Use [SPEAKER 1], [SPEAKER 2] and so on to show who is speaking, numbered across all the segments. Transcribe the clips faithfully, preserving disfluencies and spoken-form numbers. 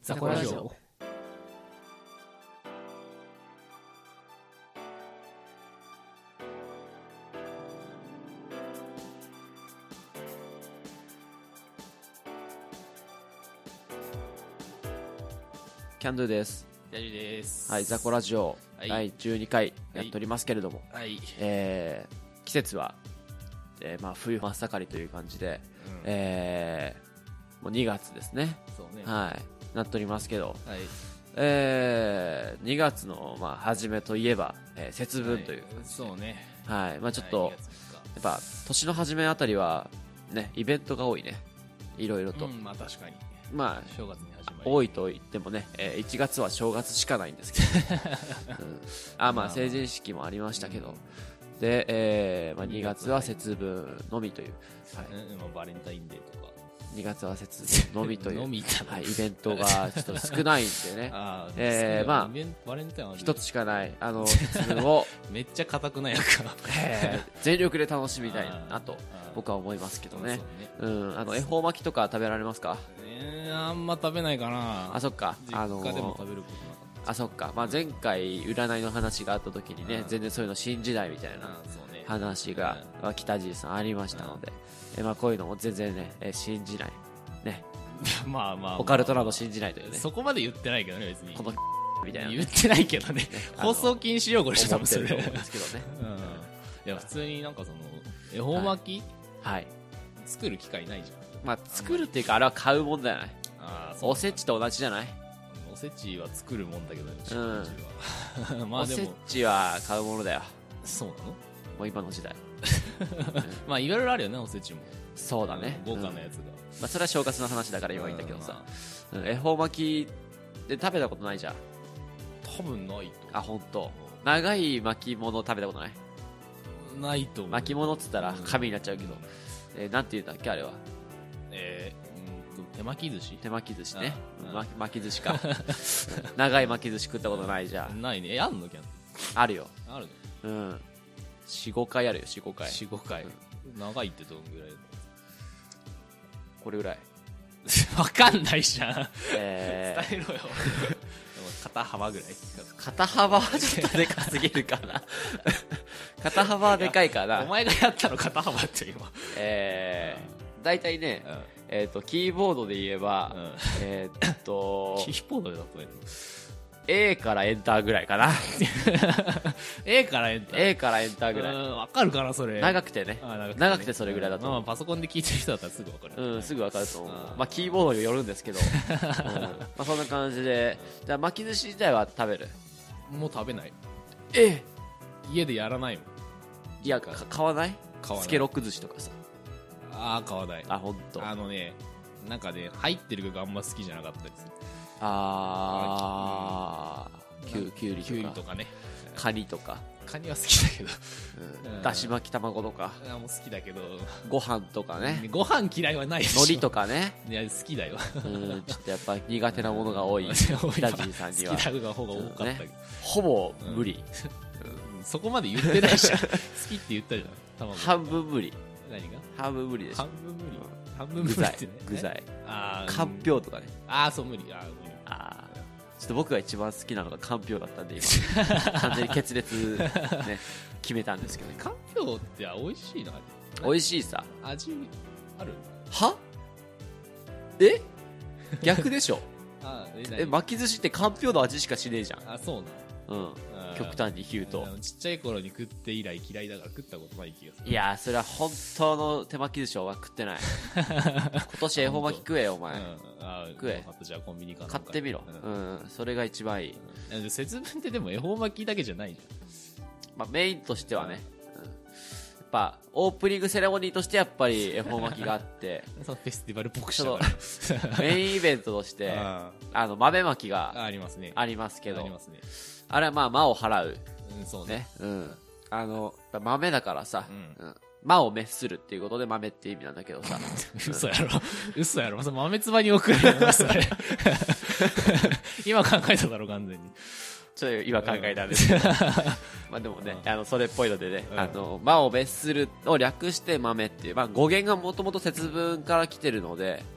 [SPEAKER 1] ザコラジオ。
[SPEAKER 2] キャンドゥです。
[SPEAKER 1] ヤジです。
[SPEAKER 2] はい、ザコラジオ、
[SPEAKER 1] はい、
[SPEAKER 2] だいじゅうにかいやっておりますけれども、
[SPEAKER 1] はい、
[SPEAKER 2] えー、季節は、えーまあ、冬真っ盛りという感じで、うん、えー、もうにがつですね。
[SPEAKER 1] そうね。はい、な
[SPEAKER 2] っておりますけど、
[SPEAKER 1] はい、
[SPEAKER 2] えー、にがつの、まあ、初めといえば、えー、節分という、はい、
[SPEAKER 1] そうね。
[SPEAKER 2] はい、まあちょっと、はい、やっぱ年の初めあたりはね、イベントが多いね。いろいろと。
[SPEAKER 1] うん、まあ確かに。
[SPEAKER 2] まあ、
[SPEAKER 1] 正月に始まり
[SPEAKER 2] 多いと言ってもね、えー、いちがつは正月しかないんですけど、うん、あまあ成人式もありましたけど、うん、で、えーまあ、にがつは節分のみという、
[SPEAKER 1] はい、うん、バレンタインデーとか
[SPEAKER 2] にがつは節分のみという
[SPEAKER 1] のみ
[SPEAKER 2] はい、イベントがちょっと少ないんでね
[SPEAKER 1] あ、
[SPEAKER 2] えー、まあ
[SPEAKER 1] バレンタイン
[SPEAKER 2] 一つしかないあの節分を
[SPEAKER 1] めっちゃ固くないやか、
[SPEAKER 2] えー、全力で楽しみたいなと僕は思いますけどね。うん、あの恵方巻きとか食べられますか？
[SPEAKER 1] えー、あんま食べないかな。
[SPEAKER 2] あ、そっか。
[SPEAKER 1] あのー、実家でも食べることなかった。
[SPEAKER 2] あ、そっか。まあ、前回占いの話があった時にね、全然そういうの信じないみたいな話が北地さんありましたので、えまあこういうのも全然ね、え信じないね。
[SPEAKER 1] まあまあ、まあ、
[SPEAKER 2] オカルトなど信じないというね。
[SPEAKER 1] そこまで言ってないけどね、別に。
[SPEAKER 2] このみたいな、ね、
[SPEAKER 1] 言ってないけどね。放送禁止用語でしょ、多分それ。
[SPEAKER 2] 思ってると思うんですけどね。
[SPEAKER 1] うん。いや、普通になんかその恵方巻き、
[SPEAKER 2] はい、
[SPEAKER 1] 作る機会ないじゃん。
[SPEAKER 2] まあ作るっていうかあれは買うもんじゃない。
[SPEAKER 1] あ、
[SPEAKER 2] おせちと同じじゃない。
[SPEAKER 1] おせちは作るもんだけどね、
[SPEAKER 2] うん、まあでもおせちは買うものだよ。
[SPEAKER 1] そうなの？
[SPEAKER 2] もう今の時代
[SPEAKER 1] まあいろいろあるよね、おせちも。
[SPEAKER 2] そうだね、
[SPEAKER 1] 豪華なやつが、うん、
[SPEAKER 2] まあ、それは正月の話だから今言ったけどさ、うん、恵方巻きで食べたことないじゃん。
[SPEAKER 1] 多分ないと。
[SPEAKER 2] あ、本当。長い巻物食べたことない？
[SPEAKER 1] ないと思う。
[SPEAKER 2] 巻物っつったら紙になっちゃうけど、うん、えー、なんて言うんだっけあれは。
[SPEAKER 1] えー、うんと手巻き寿司。
[SPEAKER 2] 手巻き寿司ね、巻, 巻き寿司か長い巻き寿司食ったことないじゃん。
[SPEAKER 1] ないね。え、あんの？キャン
[SPEAKER 2] あるよ。
[SPEAKER 1] あるの？
[SPEAKER 2] うん、よん、ごかいあるよ。 よん、ごかい
[SPEAKER 1] よん、ごかい、うん、長いってどんぐらい？
[SPEAKER 2] これぐらい
[SPEAKER 1] わかんないじゃん、
[SPEAKER 2] えー、
[SPEAKER 1] 伝えろよ肩幅ぐらい。
[SPEAKER 2] 肩幅はちょっとでかすぎるかな肩幅はでかいかな。
[SPEAKER 1] お前がやったの肩幅って今。
[SPEAKER 2] えー、だいたいね、うん、えーとキーボードで言えば、うん、えー、っと
[SPEAKER 1] キーボードで例えるの
[SPEAKER 2] A からエンターぐらいかな
[SPEAKER 1] A からエンター
[SPEAKER 2] A からエンターぐらい。
[SPEAKER 1] わかるかなそれ。
[SPEAKER 2] 長くてね、長くてね、長くてそれぐらいだと思う、
[SPEAKER 1] まあ、パソコンで聞いてる人だったらすぐわかる。
[SPEAKER 2] うん、すぐわかると思う。まあキーボードによるんですけど、うん、まあそんな感じで。じゃあ巻き寿司自体は食べる？
[SPEAKER 1] もう食べない。
[SPEAKER 2] え
[SPEAKER 1] 家でやらないもん。
[SPEAKER 2] いや、買わない？
[SPEAKER 1] 買わない。
[SPEAKER 2] スケロック寿司とかさ。
[SPEAKER 1] ああ、買わない。
[SPEAKER 2] あ、ほんと。
[SPEAKER 1] あのね、なんかね、入ってる具があんま好きじゃなかったです。
[SPEAKER 2] あー、きゅう、きゅうりとか。
[SPEAKER 1] きゅうりとかね。
[SPEAKER 2] カニとか。
[SPEAKER 1] カニは好きだけど。
[SPEAKER 2] うん、だし巻き卵とか。
[SPEAKER 1] あ、もう好きだけど。
[SPEAKER 2] ご飯とかね。
[SPEAKER 1] ご飯嫌いはないでしょ。
[SPEAKER 2] 海苔とかね。
[SPEAKER 1] いや、好きだよ。
[SPEAKER 2] うん、ちょっとやっぱ苦手なものが多い。北地さんには。
[SPEAKER 1] 好きな方が多かったけど、ね。
[SPEAKER 2] ほぼ無理、
[SPEAKER 1] うん。そこまで言ってないじゃん。好きって言ったじゃん。
[SPEAKER 2] 半分無理。
[SPEAKER 1] 何が？
[SPEAKER 2] 半分無理でしょ。
[SPEAKER 1] 半分無理。半分無理ってね。
[SPEAKER 2] 具材。
[SPEAKER 1] ああ。
[SPEAKER 2] かんぴょうとかね。
[SPEAKER 1] ああ、そう無理。ああ、無理。
[SPEAKER 2] ああ。ちょっと僕が一番好きなのがかんぴょうだったんで今完全に決裂ね決めたんですけど、
[SPEAKER 1] かんぴょうって美味しいの？
[SPEAKER 2] 美味しいさ。
[SPEAKER 1] 味ある？
[SPEAKER 2] は？え？逆でしょ。
[SPEAKER 1] あ
[SPEAKER 2] え、巻き寿司ってかんぴょうの味しかしねえじゃん。
[SPEAKER 1] あ、そうな
[SPEAKER 2] の。うん。極端に言うと、
[SPEAKER 1] ちっちゃい頃に食って以来嫌いだから食ったことない気がする。
[SPEAKER 2] いやー、それは本当の手巻き寿司は食ってない今年恵方巻き食えよお前、うん、
[SPEAKER 1] あ
[SPEAKER 2] 食え。
[SPEAKER 1] あとじゃあコンビニか
[SPEAKER 2] 買ってみろ、うん、うん、それが一番いい、
[SPEAKER 1] うん、節分ってでも恵方巻きだけじゃないじゃん。
[SPEAKER 2] まあ、メインとしてはね、うん、やっぱオープニングセレモニーとしてやっぱり恵方巻きがあって
[SPEAKER 1] フェスティバルっぽくしたから
[SPEAKER 2] メインイベントとしてあの豆巻きが
[SPEAKER 1] ありますね。
[SPEAKER 2] ありますけど、
[SPEAKER 1] ありますね。
[SPEAKER 2] あれはまあ魔を払う、
[SPEAKER 1] うん、そうね、
[SPEAKER 2] うん、あの豆だからさ、
[SPEAKER 1] うん
[SPEAKER 2] うん、魔を滅するっていうことで豆って意味なんだけどさ
[SPEAKER 1] 嘘やろ嘘やろ、それ豆つばに送るよそれ今考えただろ完全に。
[SPEAKER 2] ちょっと今考えたんですけど、うん、まあでもね、うん、あのそれっぽいのでね、うん、あの魔を滅するを略して豆っていう、まあ、語源がもともと節分から来てるので、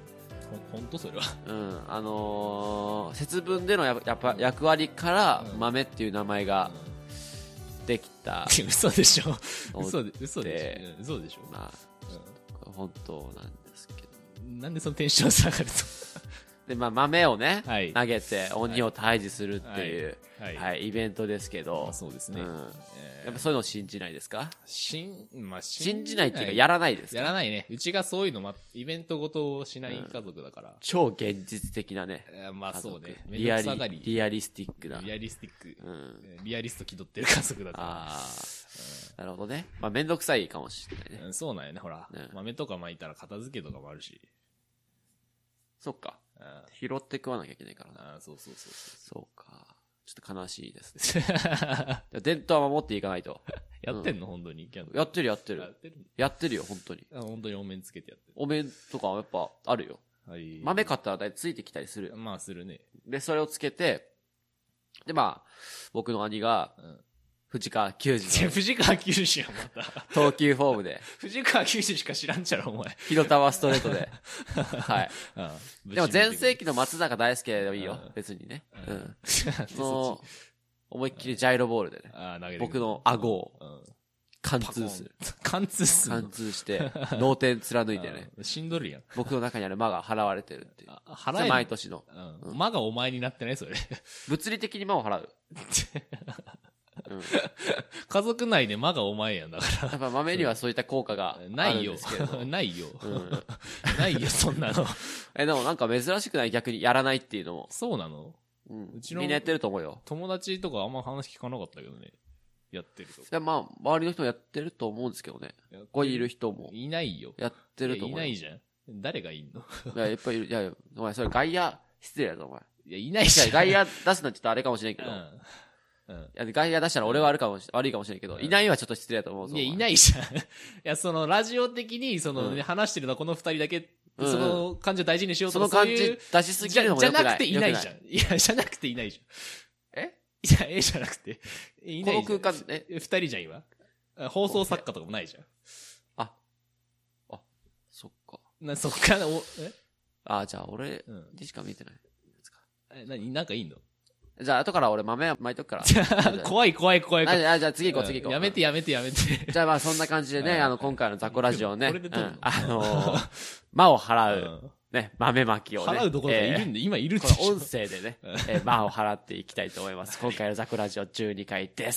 [SPEAKER 1] ほんとそれは。
[SPEAKER 2] うん。あのー、節分でのややっぱ役割から豆っていう名前ができた。
[SPEAKER 1] 嘘でしょ。嘘で、嘘でしょ。嘘でしょ。
[SPEAKER 2] まあ、うん、本当なんですけど。
[SPEAKER 1] なんでそのテンション下がると。
[SPEAKER 2] で、まあ、豆をね、
[SPEAKER 1] はい、
[SPEAKER 2] 投げて鬼を退治するっていう、
[SPEAKER 1] はい
[SPEAKER 2] はいはい、イベントですけど、
[SPEAKER 1] そうですね、うん
[SPEAKER 2] えー。やっぱそういうのを信じないですか？
[SPEAKER 1] 信、まあ、
[SPEAKER 2] 信じないっていうか、やらないですか？
[SPEAKER 1] やらないね。うちがそういうの、ま、イベントごとをしない家族だから。うん、
[SPEAKER 2] 超現実的なね。
[SPEAKER 1] えー、まあそうね。
[SPEAKER 2] リアリ、リアリスティックな。
[SPEAKER 1] リアリスティック。
[SPEAKER 2] うん、
[SPEAKER 1] リアリスト気取ってる家族だから。ああ、
[SPEAKER 2] うん。なるほどね。まあめんどくさいかもしれないね。
[SPEAKER 1] うん、そうなんよね。ほら、ね、豆とか巻いたら片付けとかもあるし。
[SPEAKER 2] そっか。拾って食わなきゃいけないからな。
[SPEAKER 1] あ、そうそうそう
[SPEAKER 2] そう。そうか。ちょっと悲しいですね。伝統は守っていかないと。
[SPEAKER 1] やってんの、うん、本当にキャンドル。
[SPEAKER 2] やってるやってる。
[SPEAKER 1] やってる
[SPEAKER 2] やってるよ、本当に。
[SPEAKER 1] あ、本当にお面つけてやってる。
[SPEAKER 2] お面とかはやっぱあるよ。
[SPEAKER 1] はい。
[SPEAKER 2] 豆買ったらだいついてきたりする。
[SPEAKER 1] まあするね。
[SPEAKER 2] で、それをつけて、で、まあ、僕の兄が、うん、藤川球児の。
[SPEAKER 1] 藤川球児や、また。
[SPEAKER 2] 投球フォームで。
[SPEAKER 1] 藤川球児しか知らんちゃろ、お前。
[SPEAKER 2] 広田ストレートで。はい。うん、でも全盛期の松坂大輔でもいいよ、うん、別にね。うん。その、思いっきりジャイロボールでね。あ、投げて僕の顎を、貫通する。
[SPEAKER 1] 貫通する。
[SPEAKER 2] 貫通して、脳天貫いてね。
[SPEAKER 1] しんどるやん。
[SPEAKER 2] 僕の中にある魔が払われてるっていう。払え毎年の。
[SPEAKER 1] うん。魔がお前になってないそれ。
[SPEAKER 2] 物理的に魔を払う。
[SPEAKER 1] うん、家族内で魔がお前やんだから。
[SPEAKER 2] やっぱ豆にはそういった効果があるんですけど。
[SPEAKER 1] ないよ。うん、ないよ、そんなの。
[SPEAKER 2] え、でもなんか珍しくない？逆にやらないっていうのも。
[SPEAKER 1] そうなの？
[SPEAKER 2] うん。うちのみんなやってると思うよ。
[SPEAKER 1] 友達とかあんま話聞かなかったけどね。やってるとか。
[SPEAKER 2] でまあ、周りの人もやってると思うんですけどね。ここにいる人も。
[SPEAKER 1] いないよ。
[SPEAKER 2] やってると思う。
[SPEAKER 1] いないじゃん。誰がいんの？
[SPEAKER 2] いや、いっぱいいる。いやいや、お前、それ外野、失礼だぞ、お前。
[SPEAKER 1] いや、いないじゃん。
[SPEAKER 2] 外野出すのはちょっとあれかもしれんけど。うんうん、いや外野出したら俺はあるかもし、悪いかもしれんけど、うん、いないはちょっと失礼だと思うぞ。
[SPEAKER 1] いや、いないじゃん。いや、その、ラジオ的に、その、ね、うん、話してるのはこの二人だけ、うん、その感じを大事にしようとか、
[SPEAKER 2] その感じ出しすぎるのもよくない。
[SPEAKER 1] じゃなくていないじゃん。いや、じゃなくていないじゃん。えいや、えじゃなくて。いないじゃん。
[SPEAKER 2] この空間、え
[SPEAKER 1] 二人じゃん、今。放送作家とかもないじゃん。
[SPEAKER 2] あ。あ、そっか。
[SPEAKER 1] な、そっか、お、え
[SPEAKER 2] あ、じゃあ俺でしか見てない。
[SPEAKER 1] うん、え、なに、なんかいいの？
[SPEAKER 2] じゃあ、後から俺豆巻いとくから。
[SPEAKER 1] 怖い怖い怖い怖い。
[SPEAKER 2] あ、じゃあ次行こう次行こう。
[SPEAKER 1] やめてやめてやめて。
[SPEAKER 2] じゃあまあそんな感じでね、あの、今回のザコラジオね。あの、魔を払う、ね、豆巻きをね。
[SPEAKER 1] 払うどころかいるんで、今いるって。
[SPEAKER 2] この音声でね、魔を払っていきたいと思います。今回のザコラジオじゅうにかいです。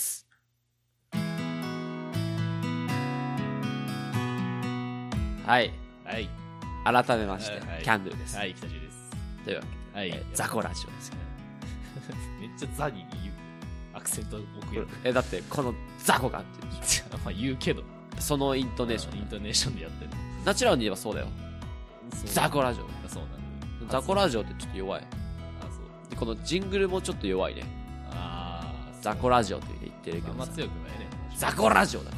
[SPEAKER 2] はい。
[SPEAKER 1] はい。
[SPEAKER 2] 改めまして、キャンドゥです。
[SPEAKER 1] はい、北地です。
[SPEAKER 2] というわけで、はい、ザコラジオですよ。
[SPEAKER 1] めっちゃザに言う。アクセント僕や
[SPEAKER 2] え、だって、このザコがって言うでしょ。
[SPEAKER 1] まあ言うけど。
[SPEAKER 2] そのイントネーション。
[SPEAKER 1] イントネーションでやってる。
[SPEAKER 2] ナチュラルに言えばそうだよ。ザコラジオ。
[SPEAKER 1] そうなん
[SPEAKER 2] だ。ザコラジオってちょっと弱い。あ、そう。で、このジングルもちょっと弱いね。ああ。ザコラジオって言ってるけど。
[SPEAKER 1] あんま強くないね。
[SPEAKER 2] ザコラジオだって。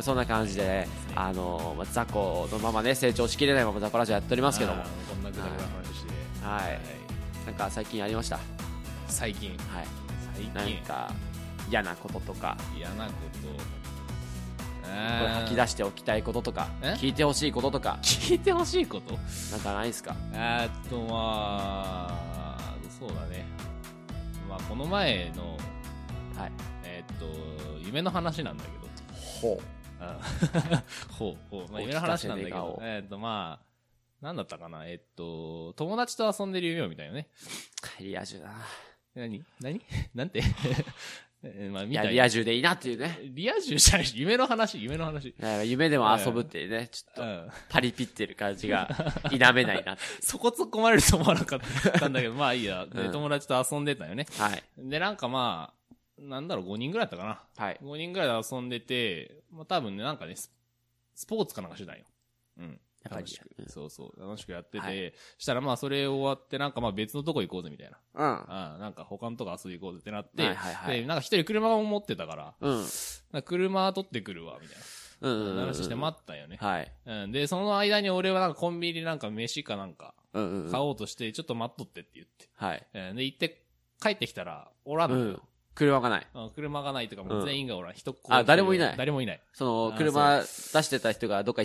[SPEAKER 2] そんな感じで、ね、あのー、ザコのままね、成長しきれないままザコラジオやっておりますけども。
[SPEAKER 1] こんなぐらいの話して。
[SPEAKER 2] はい。はい、なんか最近ありました？
[SPEAKER 1] 最近。
[SPEAKER 2] はい。
[SPEAKER 1] 最近。
[SPEAKER 2] なんか嫌なこととか。
[SPEAKER 1] 嫌なこと。
[SPEAKER 2] これ吐き出しておきたいこととか、聞いてほしいこととか。
[SPEAKER 1] 聞いてほしいこと？
[SPEAKER 2] なんかないですか？
[SPEAKER 1] えっと、まあ、そうだね。まあ、この前の、
[SPEAKER 2] はい。
[SPEAKER 1] えっと、夢の話なんだけど。
[SPEAKER 2] ほう。
[SPEAKER 1] ほうほう、まあ、夢の話なんだけど、えっとまあなんだったかな、えっと友達と遊んでる夢を見たよね。
[SPEAKER 2] リア充だな。
[SPEAKER 1] 何何なんて
[SPEAKER 2] まあ見たい。いやリア充でいいなっていうね。
[SPEAKER 1] リア充じゃないし、夢の話夢の話。
[SPEAKER 2] 夢でも遊ぶってね、ちょっとパリピってる感じが否めないな。
[SPEAKER 1] そこ突っ込まれると思わなかったんだけど、まあいいや。で友達と遊んでたよね。
[SPEAKER 2] はい。
[SPEAKER 1] でなんかまあなんだろう、ごにんぐらいだったかな。
[SPEAKER 2] はい。
[SPEAKER 1] ごにんぐらいで遊んでて、まあ多分ね、なんかね、ス, スポーツかなんかしてたんよ。うん。
[SPEAKER 2] やっぱり。
[SPEAKER 1] そうそう。楽しくやってて、はい、したらまあそれ終わってなんかまあ別のとこ行こうぜみたいな。
[SPEAKER 2] うん。
[SPEAKER 1] ああ、なんか他のとこ遊び行こうぜってなって、
[SPEAKER 2] はいはいはい、
[SPEAKER 1] で、なんか一人車も持ってたから、
[SPEAKER 2] うん。
[SPEAKER 1] なんか車取ってくるわ、みたいな。
[SPEAKER 2] うんうんうん。
[SPEAKER 1] 話して待ったよね。
[SPEAKER 2] はい。
[SPEAKER 1] うん。で、その間に俺はなんかコンビニなんか飯かなんか、
[SPEAKER 2] うんうん。
[SPEAKER 1] 買おうとして、ちょっと待っとってって言って。
[SPEAKER 2] はい。
[SPEAKER 1] うん。で、行って、帰ってきたら、おらんのよ。うん
[SPEAKER 2] 車がない。
[SPEAKER 1] 車がないとかもう全員がおらん。人っ子。
[SPEAKER 2] あ、誰もいない。
[SPEAKER 1] 誰もいない。
[SPEAKER 2] その、車出してた人がどっか行っちゃっ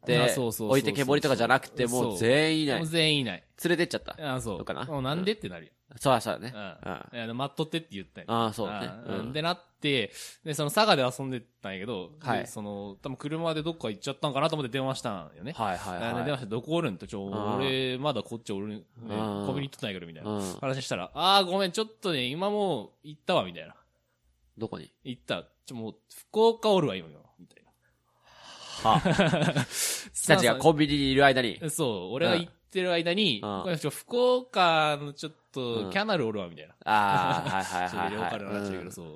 [SPEAKER 2] て、置いてけぼりとかじゃなくて、もう全員いない。
[SPEAKER 1] もう全員いない。
[SPEAKER 2] 連れてっちゃった。
[SPEAKER 1] あ、そう。
[SPEAKER 2] かな。
[SPEAKER 1] もうなんでってなるよ。
[SPEAKER 2] そうそうだね。
[SPEAKER 1] うん。いや、待っとってって言ったよ。
[SPEAKER 2] ああ、そうだね。
[SPEAKER 1] うん。で、なって、で、その佐賀で遊んでたんやけど、
[SPEAKER 2] はい。
[SPEAKER 1] その、多分車でどっか行っちゃったんかなと思って電話したんよね。
[SPEAKER 2] はいはいはい。
[SPEAKER 1] 電話して、どこおるんと、ちょ、俺、まだこっちおる、ね、コンビニ行ってないけど、みたいな。話したら、ああ、ごめん、ちょっとね、今もう行ったわ、みたいな。
[SPEAKER 2] どこに
[SPEAKER 1] 行った。ちょ、もう、福岡おるわ、今、みたいな。は
[SPEAKER 2] ぁ。たちがコンビニにいる間に。
[SPEAKER 1] そう、俺が行ってる間に、これちょ、福岡のちょっと、キャナルおるわ、みたいな。
[SPEAKER 2] ああ、はいはいはい。
[SPEAKER 1] ローカルの話だけど、そう。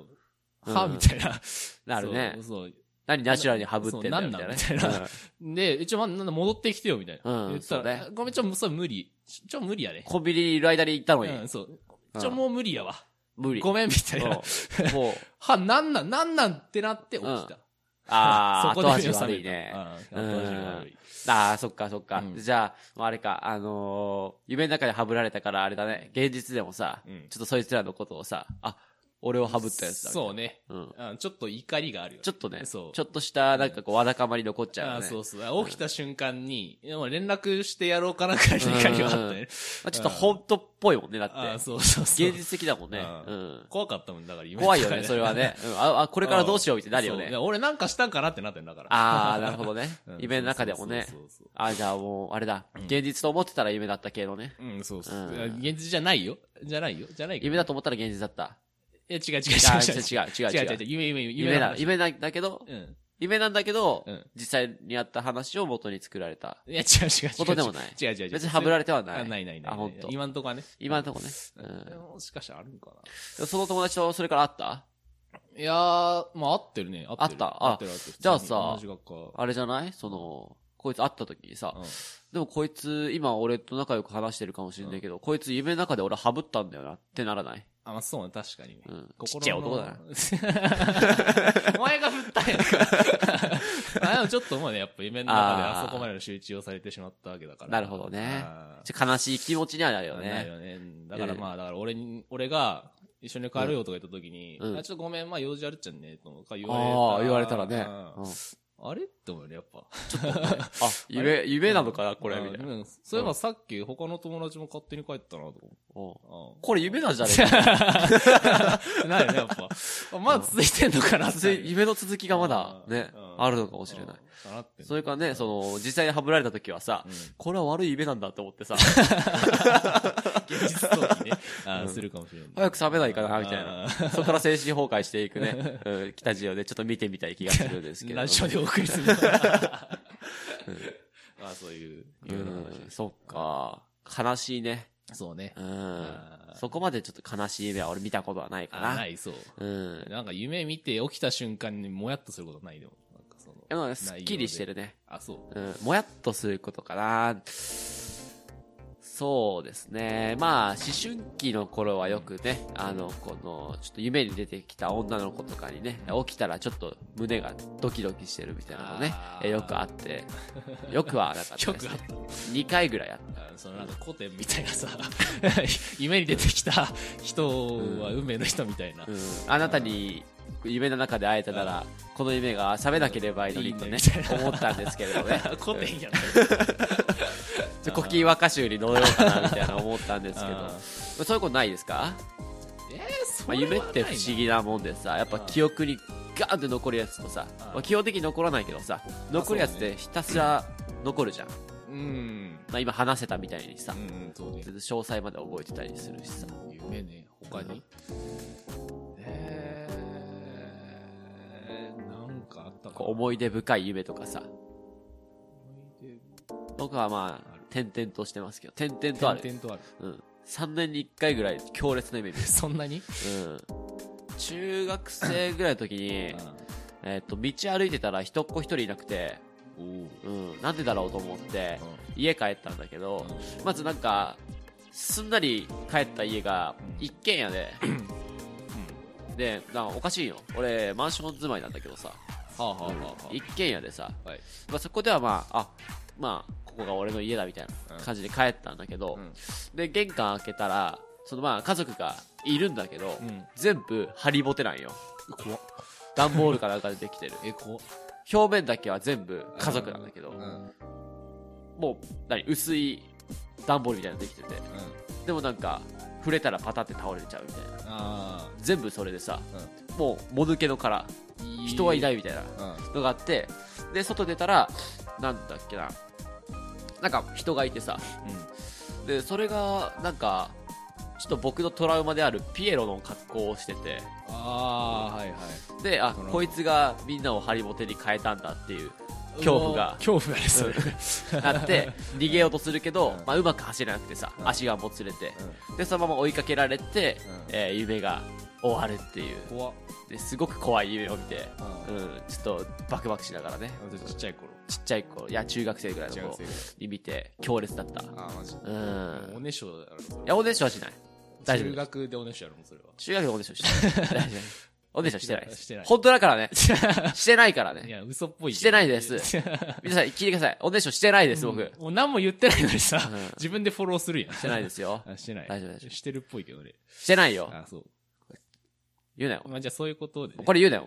[SPEAKER 1] はみたいな。
[SPEAKER 2] なるね。
[SPEAKER 1] そう。
[SPEAKER 2] 何ナチュラルにハブってんだよ、みたいな。
[SPEAKER 1] みたいな。で、一応、ま、なんだ、戻ってきてよ、みたいな。言ったら、ごめん、ちょ、それ無理。ちょ、無理やね。
[SPEAKER 2] コンビニにいる間に行ったのに。
[SPEAKER 1] うん、そう。ちょ、もう無理やわ。
[SPEAKER 2] 無理。
[SPEAKER 1] ごめん、みたいな。もう。は、なんなん、なんなんってなって起きた。
[SPEAKER 2] ああ、後味悪いね。後味悪い。ああ、そっかそっか。じゃあ、あれか、あの、夢の中でハブられたからあれだね。現実でもさ、ちょっとそいつらのことをさ、あ、俺をハブったやつだ。
[SPEAKER 1] そうね。うん。ちょっと怒りがあるよ。
[SPEAKER 2] ちょっとね。そう。ちょっとした、なんかこう、わだかまり残っちゃうよね。
[SPEAKER 1] そうそう。起きた瞬間に、でも連絡してやろうかなくらいの怒りがあったね。
[SPEAKER 2] ちょっと本当っぽいもんね、だって。
[SPEAKER 1] あそうそうそう。
[SPEAKER 2] 現実的だもんね。うん。
[SPEAKER 1] 怖かったもん、だから
[SPEAKER 2] 今。怖いよね、それはね。うん。あ、これからどうしようってなるよね。
[SPEAKER 1] 俺なんかしたんかなってなってんだから。
[SPEAKER 2] ああ、なるほどね。夢の中でもね。あ、じゃあもう、あれだ。現実と思ってたら夢だった系のね。
[SPEAKER 1] うん、そうそう。現実じゃないよ。じゃないよ。じゃない。
[SPEAKER 2] 夢だと思ったら現実だった。
[SPEAKER 1] いや、違う違う違う違う。
[SPEAKER 2] 違う違う違う。違う違う。
[SPEAKER 1] 夢夢
[SPEAKER 2] 夢夢だ。夢なんだけど、夢なんだけど、実際にあった話を元に作られた。
[SPEAKER 1] いや、違う違う違う。
[SPEAKER 2] ことでもない。
[SPEAKER 1] 違う違う違う。
[SPEAKER 2] 別にハブられてはない。
[SPEAKER 1] ないないない。
[SPEAKER 2] あ、本当。
[SPEAKER 1] 今んとこはね。
[SPEAKER 2] 今んとこね。
[SPEAKER 1] もしかしたらあるんか
[SPEAKER 2] な。その友達とそれから会った？
[SPEAKER 1] いやー、まあ会ってるね。
[SPEAKER 2] 会った。あ、じゃあさ、あれじゃないその、こいつ会った時にさ、でもこいつ、今俺と仲良く話してるかもしれないけど、こいつ夢の中で俺ハブったんだよなってならない？
[SPEAKER 1] あ、まあそうね、確かにね。
[SPEAKER 2] うん。ちっちゃい男だな。
[SPEAKER 1] お前が振ったんやんか。あ、でもちょっともうね、やっぱ夢の中であそこまでの集中をされてしまったわけだから。
[SPEAKER 2] なるほどね。ちょ悲しい気持ちにはなるよね。
[SPEAKER 1] なるよね。だからまあ、だから俺に、俺が、一緒に帰るよとか言った時に、うん、あちょっとごめん、まあ用事あるっちゃんね、とか言われたら。
[SPEAKER 2] ああ、言われたらね。
[SPEAKER 1] うんあれって思うね、やっぱ。
[SPEAKER 2] ちょっと、ね、あ、夢、夢なのかな、これ、みたいな。
[SPEAKER 1] うん。そういえばさっき他の友達も勝手に帰ったな、と思
[SPEAKER 2] う。これ夢なんじゃねえか。
[SPEAKER 1] ないよね、やっぱ。まだ続いてんのかなって。
[SPEAKER 2] 夢の続きがまだ、ね、あるのかもしれない。それからね、その、実際にハブられた時はさ、これは悪い夢なんだって思ってさ。現
[SPEAKER 1] 実逃避ね。あするかもしれない。
[SPEAKER 2] 早く覚めないかな、みたいな。そこから精神崩壊していくね。北地をね、ちょっと見てみたい気がするんですけど。
[SPEAKER 1] ラジオでお送りする。まあそういう、
[SPEAKER 2] そっか。悲しいね。
[SPEAKER 1] そうね。
[SPEAKER 2] うん。そこまでちょっと悲しい夢は俺見たことはないかな。
[SPEAKER 1] ない、そう。
[SPEAKER 2] うん。
[SPEAKER 1] なんか夢見て起きた瞬間にもやっとすることないでも。
[SPEAKER 2] でも、すっきりしてるね。
[SPEAKER 1] あ、そう。
[SPEAKER 2] うん。もやっとすることかな。そうですね。まあ、思春期の頃はよくね、あの、この、ちょっと夢に出てきた女の子とかにね、起きたらちょっと胸がドキドキしてるみたいなのね、よくあって、よくはなかったですね。よくあった。にかいぐらいあった。
[SPEAKER 1] そのなんか古典みたいなさ、夢に出てきた人は運命の人みたいな。
[SPEAKER 2] うんうん、あなたに、夢の中で会えたなら、この夢が覚めなければいいとね、思ったんですけれどね。
[SPEAKER 1] 古典やね。
[SPEAKER 2] 古今和歌集に乗ろうかなみたいな思ったんですけど、そういうことないですか？
[SPEAKER 1] えー、
[SPEAKER 2] まあ、夢って不思議なもんでさ、やっぱ記憶にガーンって残るやつとさ、まあ、基本的に残らないけどさ、残るやつってひたすら残るじゃん。
[SPEAKER 1] うん。
[SPEAKER 2] まあ今話せたみたいにさ、
[SPEAKER 1] うん、そうね、
[SPEAKER 2] 詳細まで覚えてたりするしさ。
[SPEAKER 1] 夢ね、他にえー、なんかあったかな。
[SPEAKER 2] 思い出深い夢とかさ。僕はまあ、点々としてますけど、点々とある。
[SPEAKER 1] 点々とある。
[SPEAKER 2] うん。さんねんにいっかいぐらい強烈な夢見る。
[SPEAKER 1] そんなに？
[SPEAKER 2] うん。中学生ぐらいの時に、えっと、道歩いてたら人っ子一人いなくて、うん。なんでだろうと思って、家帰ったんだけど、まずなんか、すんなり帰った家が一軒家で、で、なんかおかしいよ。俺、マンション住まいなんだけどさ、一軒家でさ、まあそこではまあ、あ、まあ、ここが俺の家だみたいな感じで帰ったんだけど、うん、で、玄関開けたら、そのまあ家族がいるんだけど、うん、全部ハリボテなんよ。
[SPEAKER 1] 怖っ。
[SPEAKER 2] 段ボールかなんかでできてる。
[SPEAKER 1] え、怖っ。
[SPEAKER 2] 表面だけは全部家族なんだけど、うん、もう何薄い段ボールみたいなのできてて、うん、でもなんか触れたらパタって倒れちゃうみたいな、あ全部それでさ、うん、もうもぬけの殻、人はいないみたいなのがあって、で外出たらなんだっけな、なんか人がいてさ、うん、でそれがなんかちょっと僕のトラウマであるピエロの格好をしてて、
[SPEAKER 1] ああはいはい、
[SPEAKER 2] であこいつがみんなをハリボテに変えたんだっていう恐怖が
[SPEAKER 1] 恐怖がです
[SPEAKER 2] あって逃げようとするけど、うんまあ、うまく走れなくてさ、うん、足がもつれて、うん、でそのまま追いかけられて、うんえー、夢が終わるっていうですごく怖い夢を見て、うんうん、ちょっとバクバクしながらね、
[SPEAKER 1] ちっちゃい頃
[SPEAKER 2] ちっちゃい頃いや中学生ぐらいの頃に見て強烈だった。
[SPEAKER 1] あマジで、うん、おねしょやる
[SPEAKER 2] いやおねしょはしない、大丈夫。
[SPEAKER 1] 中学でおねしょやるのそれは。
[SPEAKER 2] 中学でおねしょしてない大丈夫。おねしょしてないです。してない。本当だからね。してないからね。
[SPEAKER 1] いや、嘘っぽい。
[SPEAKER 2] してないです。皆さん、聞いてください。おねしょしてないです、僕。
[SPEAKER 1] もう何も言ってないのにさ、うん、自分でフォローするやん。
[SPEAKER 2] してないですよ。
[SPEAKER 1] してない。
[SPEAKER 2] 大丈夫、大丈夫。
[SPEAKER 1] してるっぽいけどね。
[SPEAKER 2] してないよ。
[SPEAKER 1] あ、そう。
[SPEAKER 2] 言うなよ。
[SPEAKER 1] まあ、じゃあそういうことで、ね。
[SPEAKER 2] これ言うなよ。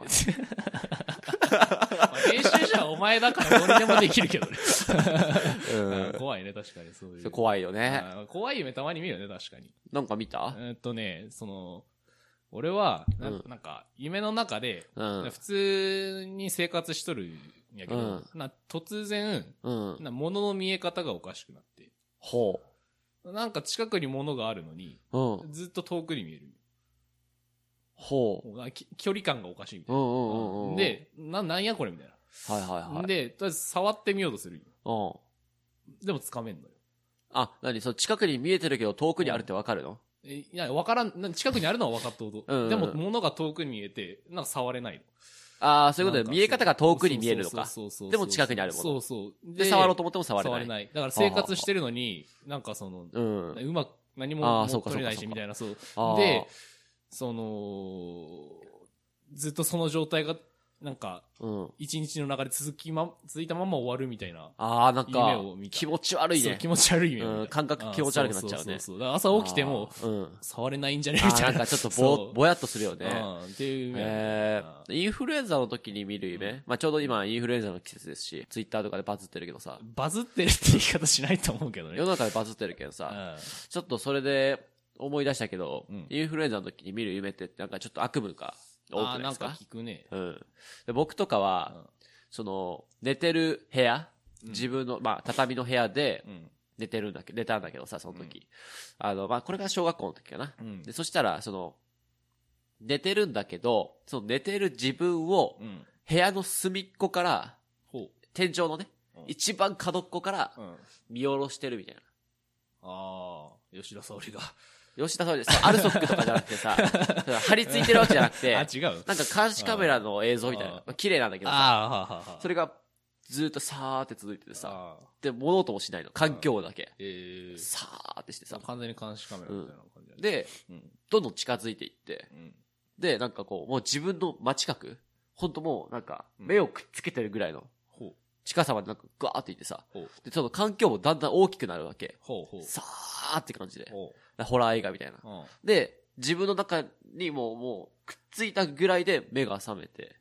[SPEAKER 1] 練習じゃお前だからどれでもできるけどね。うん、怖いね、確かにそういう。
[SPEAKER 2] 怖いよね。
[SPEAKER 1] 怖い夢たまに見るよね、確かに。
[SPEAKER 2] なんか見た？
[SPEAKER 1] えー、っとね、その、俺はな、うん、なんか、夢の中で、うん、普通に生活しとるんやけど、うん、な突然、うん、な物の見え方がおかしくなって。
[SPEAKER 2] ほ
[SPEAKER 1] う。なんか近くに物があるのに、うん、ずっと遠くに見える。
[SPEAKER 2] ほ
[SPEAKER 1] う。距離感がおかしいみたいな。うんうんうんうん、で、な、なんやこれみたいな。
[SPEAKER 2] はいはいはい。
[SPEAKER 1] で、とりあえず触ってみようとするよ。うん。でも掴めんのよ。
[SPEAKER 2] あ、なに、そう、近くに見えてるけど遠くにあるってわかるの？
[SPEAKER 1] いや、わからん、近くにあるのは分かったこと。うんうん、でも、物が遠くに見えて、なんか触れないの。
[SPEAKER 2] ああ、そういうことで、見え方が遠くに見えるのか。そうそうそう。でも近くにあるもの。
[SPEAKER 1] そうそう。
[SPEAKER 2] で、触ろうと思っても触れない。
[SPEAKER 1] 触れない。だから生活してるのに、なんかその、うん、うまく、何も取れないし、みたいな、そう。で、その、ずっとその状態が、なんか、一日の中で続きま、続いたまま終わるみたいな。
[SPEAKER 2] ああ、なんか、気持ち悪いね。そう、
[SPEAKER 1] 気持ち悪い夢。
[SPEAKER 2] うん、感覚気持ち悪くなっちゃうね。そうそう
[SPEAKER 1] そう。だから朝起きても、うん、触れないんじゃねみたいな。
[SPEAKER 2] なんかちょっとぼ、ぼやっとするよね。
[SPEAKER 1] うん、っていう夢。
[SPEAKER 2] えー、インフルエンザの時に見る夢、まあちょうど今インフルエンザの季節ですし、ツイッターとかでバズってるけどさ。
[SPEAKER 1] バズってるって言い方しないと思うけどね。
[SPEAKER 2] 世の中でバズってるけどさ、うん、ちょっとそれで思い出したけど、うん、インフルエンザの時に見る夢ってなんかちょっと悪夢か。多くないですか？
[SPEAKER 1] あ、なんか聞くね。
[SPEAKER 2] うん。で僕とかは、うん、その、寝てる部屋、うん、自分の、まあ、畳の部屋で、寝てるんだけど、寝たんだけどさ、その時。うん、あの、まあ、これが小学校の時かな。うん、で、そしたら、その、寝てるんだけど、その寝てる自分を、部屋の隅っこから、うん、天井のね、うん、一番角っこから、見下ろしてるみたいな。
[SPEAKER 1] ああ、吉田沙保里が。
[SPEAKER 2] 吉田沙保里、アルソックとかじゃなくてさ、張り付いてるわけじゃなくて、
[SPEAKER 1] あ、違う。
[SPEAKER 2] なんか監視カメラの映像みたいな。まあ、綺麗なんだけどさ、それがずーっとさーって続いててさ、で、物音もしないの。環境だけ。えー、さーってしてさ。
[SPEAKER 1] 完全に監視カメラみたいな感じ、
[SPEAKER 2] うん、で、うん、どんどん近づいていって、うん、で、なんかこう、もう自分の真近く、ほんともうなんか、目をくっつけてるぐらいの、うん、近さまでなんかガーっていってさ、で、その環境もだんだん大きくなるわけ。ほうほうさーって感じで。ホラー映画みたいな。うん、で、自分の中にももうくっついたぐらいで目が覚めて。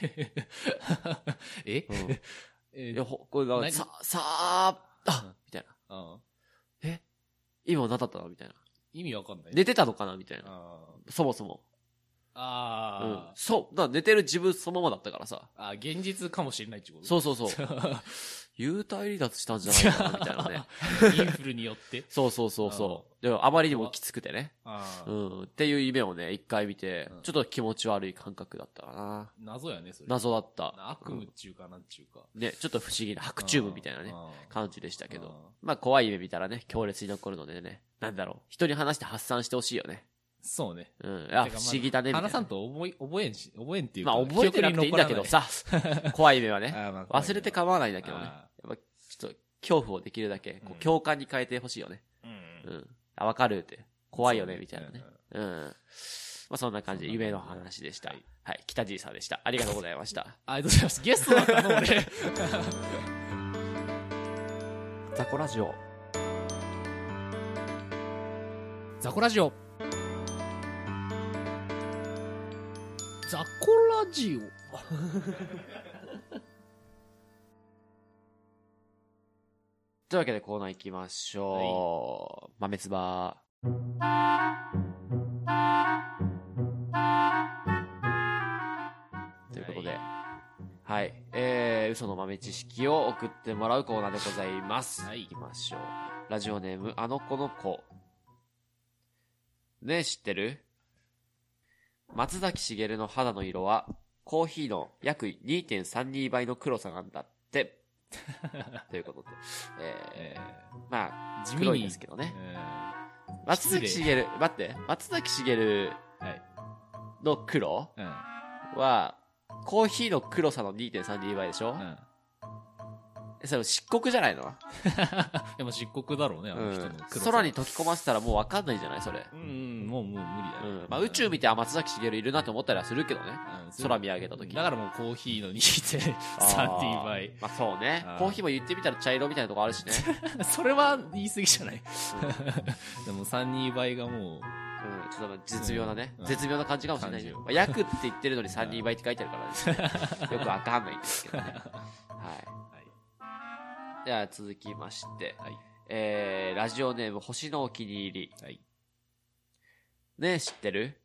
[SPEAKER 1] ええ、うん
[SPEAKER 2] えー、いや、これが、さ、さー、あみたいな。うん、え今何だったのみたいな。
[SPEAKER 1] 意味わかんない。
[SPEAKER 2] 寝てたのかなみたいな。そもそも。
[SPEAKER 1] ああ、うん。
[SPEAKER 2] そう。だから寝てる自分そのままだったからさ。
[SPEAKER 1] ああ、現実かもしれないってこと？
[SPEAKER 2] そうそうそう。幽体離脱したんじゃないかなみたいなね。
[SPEAKER 1] インフルによって。
[SPEAKER 2] そうそうそうそう。でもあまりにもきつくてね。うん。っていう夢をね、一回見て、ちょっと気持ち悪い感覚だったかな。
[SPEAKER 1] 謎やね、それ。
[SPEAKER 2] 謎だった。
[SPEAKER 1] 悪夢っちゅうかなんちゅうか。
[SPEAKER 2] ね、ちょっと不思議な白チューブみたいなね、感じでしたけど。まあ怖い夢見たらね、強烈に残るのでね。なんだろう。人に話して発散してほしいよね。
[SPEAKER 1] そうね。
[SPEAKER 2] うん。いや、不思議だね。
[SPEAKER 1] 話さんと覚え、覚えんし、覚えんっていうか。
[SPEAKER 2] まあ覚えてなくていいんだけどさ。怖い夢はね。忘れて構わないんだけどね。やっぱちょっと恐怖をできるだけ、こう共感に変えてほしいよね。うん。うん。あ、わかるって。怖いよね、みたいなね。うん。まあそんな感じで夢の話でした。はい。北爺さんでした。ありがとうございました。
[SPEAKER 1] ありがとうございます。ゲストだったの俺。
[SPEAKER 2] ザコラジオ。
[SPEAKER 1] ザコラジオ。ザコラジオ。
[SPEAKER 2] というわけでコーナー行きましょう。はい、豆つば。ということで、はい、はい、えー、嘘の豆知識を送ってもらうコーナーでございます。はい、行きましょう。ラジオネーム、あの子の子。ねえ、知ってる？松崎しげるの肌の色は、コーヒーの約 にてんさんに 倍の黒さなんだって。ということで、えー、まあ地味にですけどね、えー、松崎しげる待って松崎しげるの黒、はい、はコーヒーの黒さの にてんさんに 倍でしょ、うん、それ漆黒じゃないの？
[SPEAKER 1] でも漆黒だろうね、あの人の黒さ、
[SPEAKER 2] うん、空に溶き込ませたらもう分かんないんじゃないそれ。
[SPEAKER 1] うん、もうもう無理だよ、
[SPEAKER 2] うん、まあ宇宙見て松崎しげるいるなって思ったりはするけどね、うん、空見上げた時。
[SPEAKER 1] だからもうコーヒーの にてんさんに 倍。
[SPEAKER 2] まあそうね、コーヒーも言ってみたら茶色みたいなとこあるしね。
[SPEAKER 1] それは言い過ぎじゃない、うん、でもさんに 倍がもう、うん、
[SPEAKER 2] ちょっと絶妙なね、うん、絶妙な感じかもしれないね。まあ、約って言ってるのにさんに 倍って書いてあるからね。よくわかんないんですけどね。はい。では続きまして、はい、えー、ラジオネーム星のお気に入り。はい、ねえ知ってる？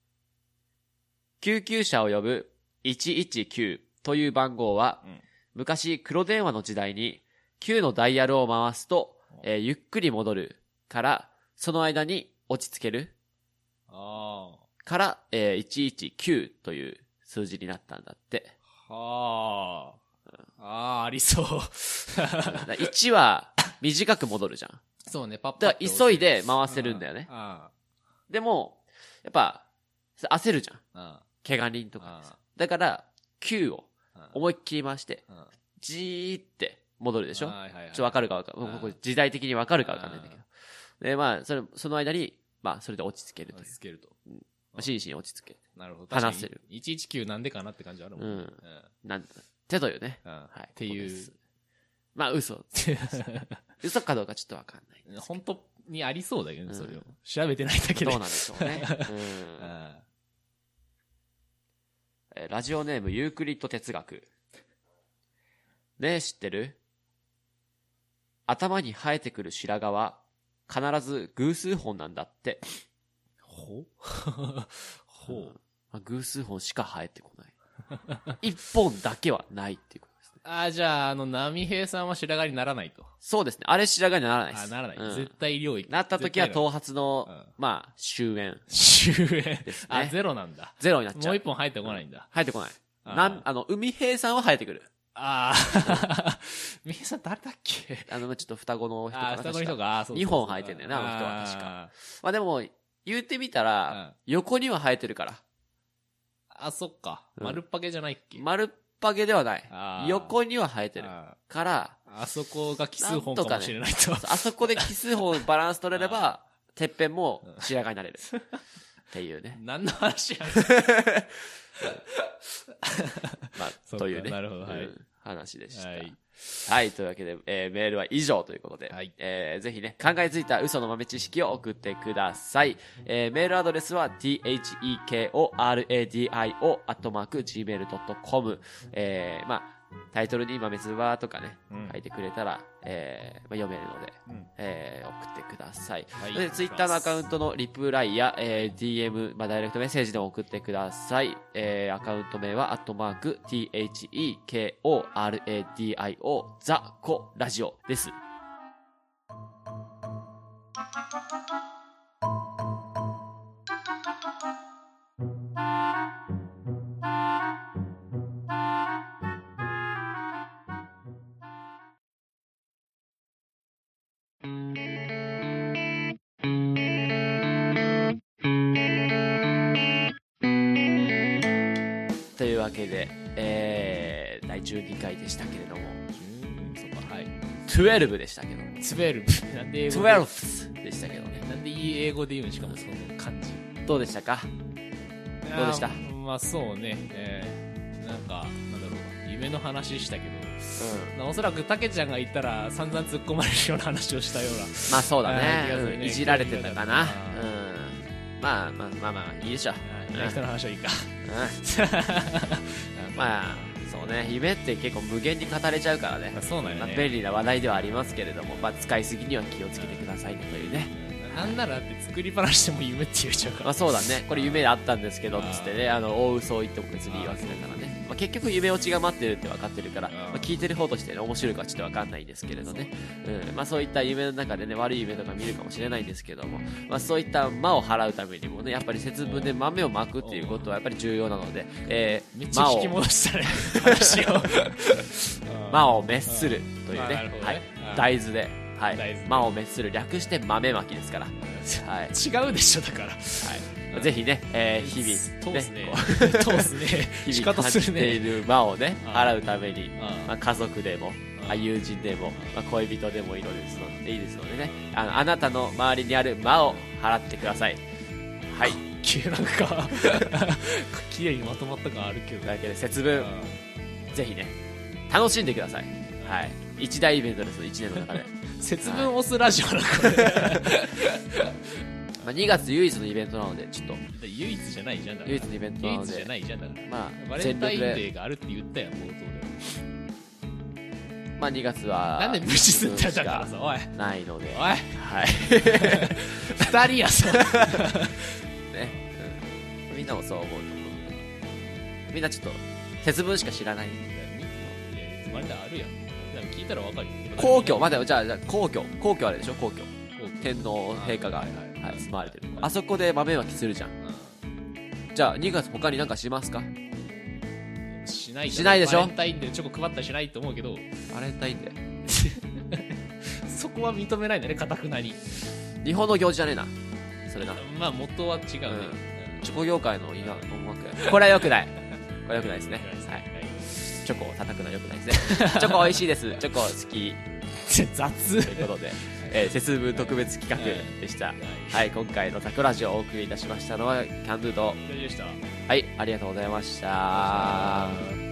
[SPEAKER 2] 救急車を呼ぶいちいちきゅうという番号は、うん、昔黒電話の時代にきゅうのダイヤルを回すと、えー、ゆっくり戻るからその間に落ち着けるあから、えー、いちいちきゅうという数字になったんだって。は
[SPEAKER 1] あ。ああ、ありそう。
[SPEAKER 2] いちは短く戻るじゃん。
[SPEAKER 1] そうね、パッパッ。
[SPEAKER 2] だから急いで回せるんだよね。ああでも、やっぱ、焦るじゃん。ああ怪我人とか。ああだから、きゅうを思いっきり回して、ああじーって戻るでしょ。はいはいはい、ちょっとわかるかわかる。これ時代的にわかるかわかんないんだけど。で、まあ、それ、その間に、まあ、それで落ち着けるという。落ち着けると。うん。まあ、心身落ち着けて。
[SPEAKER 1] なるほど。
[SPEAKER 2] 話せる。
[SPEAKER 1] いちいちきゅうなんでかなって感じあるもんね。うん。うん、
[SPEAKER 2] なんてというね。
[SPEAKER 1] うん、はい。っていう。
[SPEAKER 2] まあ、嘘。嘘かどうかちょっとわかんない。
[SPEAKER 1] 本当にありそうだけどね、うん、それを。調べてないだけで。
[SPEAKER 2] どうなんでしょうね。うん。えラジオネームユークリッド哲学。ねえ、知ってる？頭に生えてくる白髪は必ず偶数本なんだって。
[SPEAKER 1] ほほう、
[SPEAKER 2] うんまあ、偶数本しか生えてこない。一本だけはないっていうことですね。
[SPEAKER 1] ああ、じゃあ、あの、波平さんは白髪にならないと。
[SPEAKER 2] そうですね。あれ白髪にならないです。
[SPEAKER 1] あならない、うん。絶対領域。
[SPEAKER 2] なった時は頭髪の、うん、まあ、終焉。
[SPEAKER 1] 終焉ですね。あ、ゼロなんだ。
[SPEAKER 2] ゼロになっちゃう。
[SPEAKER 1] もう一本生えてこないんだ。うん、
[SPEAKER 2] 生えてこない。なん、あの、海平さんは生えてくる。
[SPEAKER 1] ああ。海平さん誰だっけ？
[SPEAKER 2] あの、ちょっと双子の人かな。
[SPEAKER 1] あ、双子の人が、
[SPEAKER 2] にほん生えてんだよね、あの人は確か。まあでも、言ってみたら、横には生えてるから。
[SPEAKER 1] あ、そっか。丸っぱげじゃないっけ？
[SPEAKER 2] 丸っぱげではない。横には生えてる。から、
[SPEAKER 1] あそこが奇数本かもしれないと。
[SPEAKER 2] ね、あそこで奇数本バランス取れれば、てっぺんも白髪になれる。っていうね。
[SPEAKER 1] 何の話やねん。
[SPEAKER 2] まあ、というね。
[SPEAKER 1] なるほど、はい、うん。
[SPEAKER 2] 話でした。はい。はい。というわけで、えー、メールは以上ということで、はい、えー、ぜひね、考えついた嘘の豆知識を送ってください。えー、メールアドレスは ティーエイチイーケーオーアールエーディーアイオー アットマーク ジーメールドットコム。えー、まあ、タイトルに豆つばとかね、うん、書いてくれたら、えーまあ、読めるので、うん、えー、送ってください。はい、でツイッターのアカウントのリプライや、えー、ディーエム、まあ、ダイレクトメッセージでも送ってください。えー、アカウント名は、アットマーク、ティーエイチイーケーオーアールエーディーアイオー、ザコラジオです。というわけで、えー、だいじゅうにかいでしたけれども、
[SPEAKER 1] そうか、はい、
[SPEAKER 2] じゅうにでしたけど、
[SPEAKER 1] じゅうになんで英語で
[SPEAKER 2] じゅうにでしたけどね。
[SPEAKER 1] なんでいい英語で言うんしかもその感じ。
[SPEAKER 2] どうでしたか？どうでした？
[SPEAKER 1] まあそうね、えー、なんかなんだろう、夢の話したけど、うん、おそらくたけちゃんが言ったら散々突っ込まれるような話をしたような。
[SPEAKER 2] まあそうだね、うん、いじられてたかな。うん、まあまあまあまあいいでしょ。
[SPEAKER 1] 人の話はいいか。
[SPEAKER 2] まあそうね、夢って結構無限に語れちゃうからね。
[SPEAKER 1] そうなんよね。
[SPEAKER 2] まあ、便利な話題ではありますけれども、まあ、使いすぎには気をつけてくださいねというね。
[SPEAKER 1] なんならだって作り話しても夢って言っちゃうから。
[SPEAKER 2] まあそうだね。これ夢であったんですけど、つってね、あの、大嘘を言っても別にいいわけだからね。まあ結局夢落ちが待ってるって分かってるから、まあ聞いてる方としてね、面白いかちょっと分かんないですけれどね。うん。まあそういった夢の中でね、悪い夢とか見るかもしれないんですけども、まあそういった魔を払うためにもね、やっぱり節分で豆をまくっていうことはやっぱり重要なので、え
[SPEAKER 1] ー、めっちゃ引き戻したね、話を。
[SPEAKER 2] 魔を滅するというね、はい。大豆で。はい、魔を滅する、略して豆まきですから、
[SPEAKER 1] はい、違うでしょだから、は
[SPEAKER 2] い、ぜひね、えー、日々
[SPEAKER 1] 通すね通すね
[SPEAKER 2] 日々感じている魔をね払うために、まあ、家族でもあ友人でも、まあ、恋人でもいいですのでいいですのでね、あのあなたの周りにある魔を払ってください。はい、
[SPEAKER 1] なんか綺麗にまとまった感あるけど、
[SPEAKER 2] だけで節分ぜひね楽しんでください。はい、一大イベントです、いちねんの中で。
[SPEAKER 1] 節分押すラジオなのこれ
[SPEAKER 2] まあにがつ唯一のイベントなのでちょっと
[SPEAKER 1] 唯一じゃないじゃん、
[SPEAKER 2] 唯一のイベントなので
[SPEAKER 1] 唯一じゃないじゃんだから、
[SPEAKER 2] ま
[SPEAKER 1] あバレンタインデーがあるって言ったやん冒頭で。
[SPEAKER 2] まあにがつは
[SPEAKER 1] なんで無視すんだよだからさ、おい
[SPEAKER 2] ないので、
[SPEAKER 1] おい
[SPEAKER 2] はい
[SPEAKER 1] 二人やそうね、
[SPEAKER 2] うん、みんなもそう思うと思う。みんなちょっと節分しか知らない。いや
[SPEAKER 1] バレンタインあるやん、聞いたらわかるよ。
[SPEAKER 2] 皇居、待てよ、じゃあ、じゃあ皇居、皇居あれでしょ、皇居。天皇陛下が、はい、住まわれてる。あそこで豆まきするじゃん。じゃあ、にがつ他になんかしますか？
[SPEAKER 1] しない。
[SPEAKER 2] しないでしょ？
[SPEAKER 1] バレンタインデーチョコ配ったりしないと思うけど。
[SPEAKER 2] バレンタインデー
[SPEAKER 1] そこは認めないんだね、堅くなに。
[SPEAKER 2] 日本の行事じゃねえな。それな。
[SPEAKER 1] まあ、元は違うね。
[SPEAKER 2] うん、チョコ業界のいや思惑。これは良くない。これは良くないですね。はい。チョコを叩くのは良くないですね。チョコ美味しいです。チョコ好き。
[SPEAKER 1] 雑
[SPEAKER 2] ということで、えー、節分特別企画でした。はい、今回のタクラジオをお送りいたしましたのはキャンドゥと。
[SPEAKER 1] 大丈夫でした。
[SPEAKER 2] はい、ありがとうございました。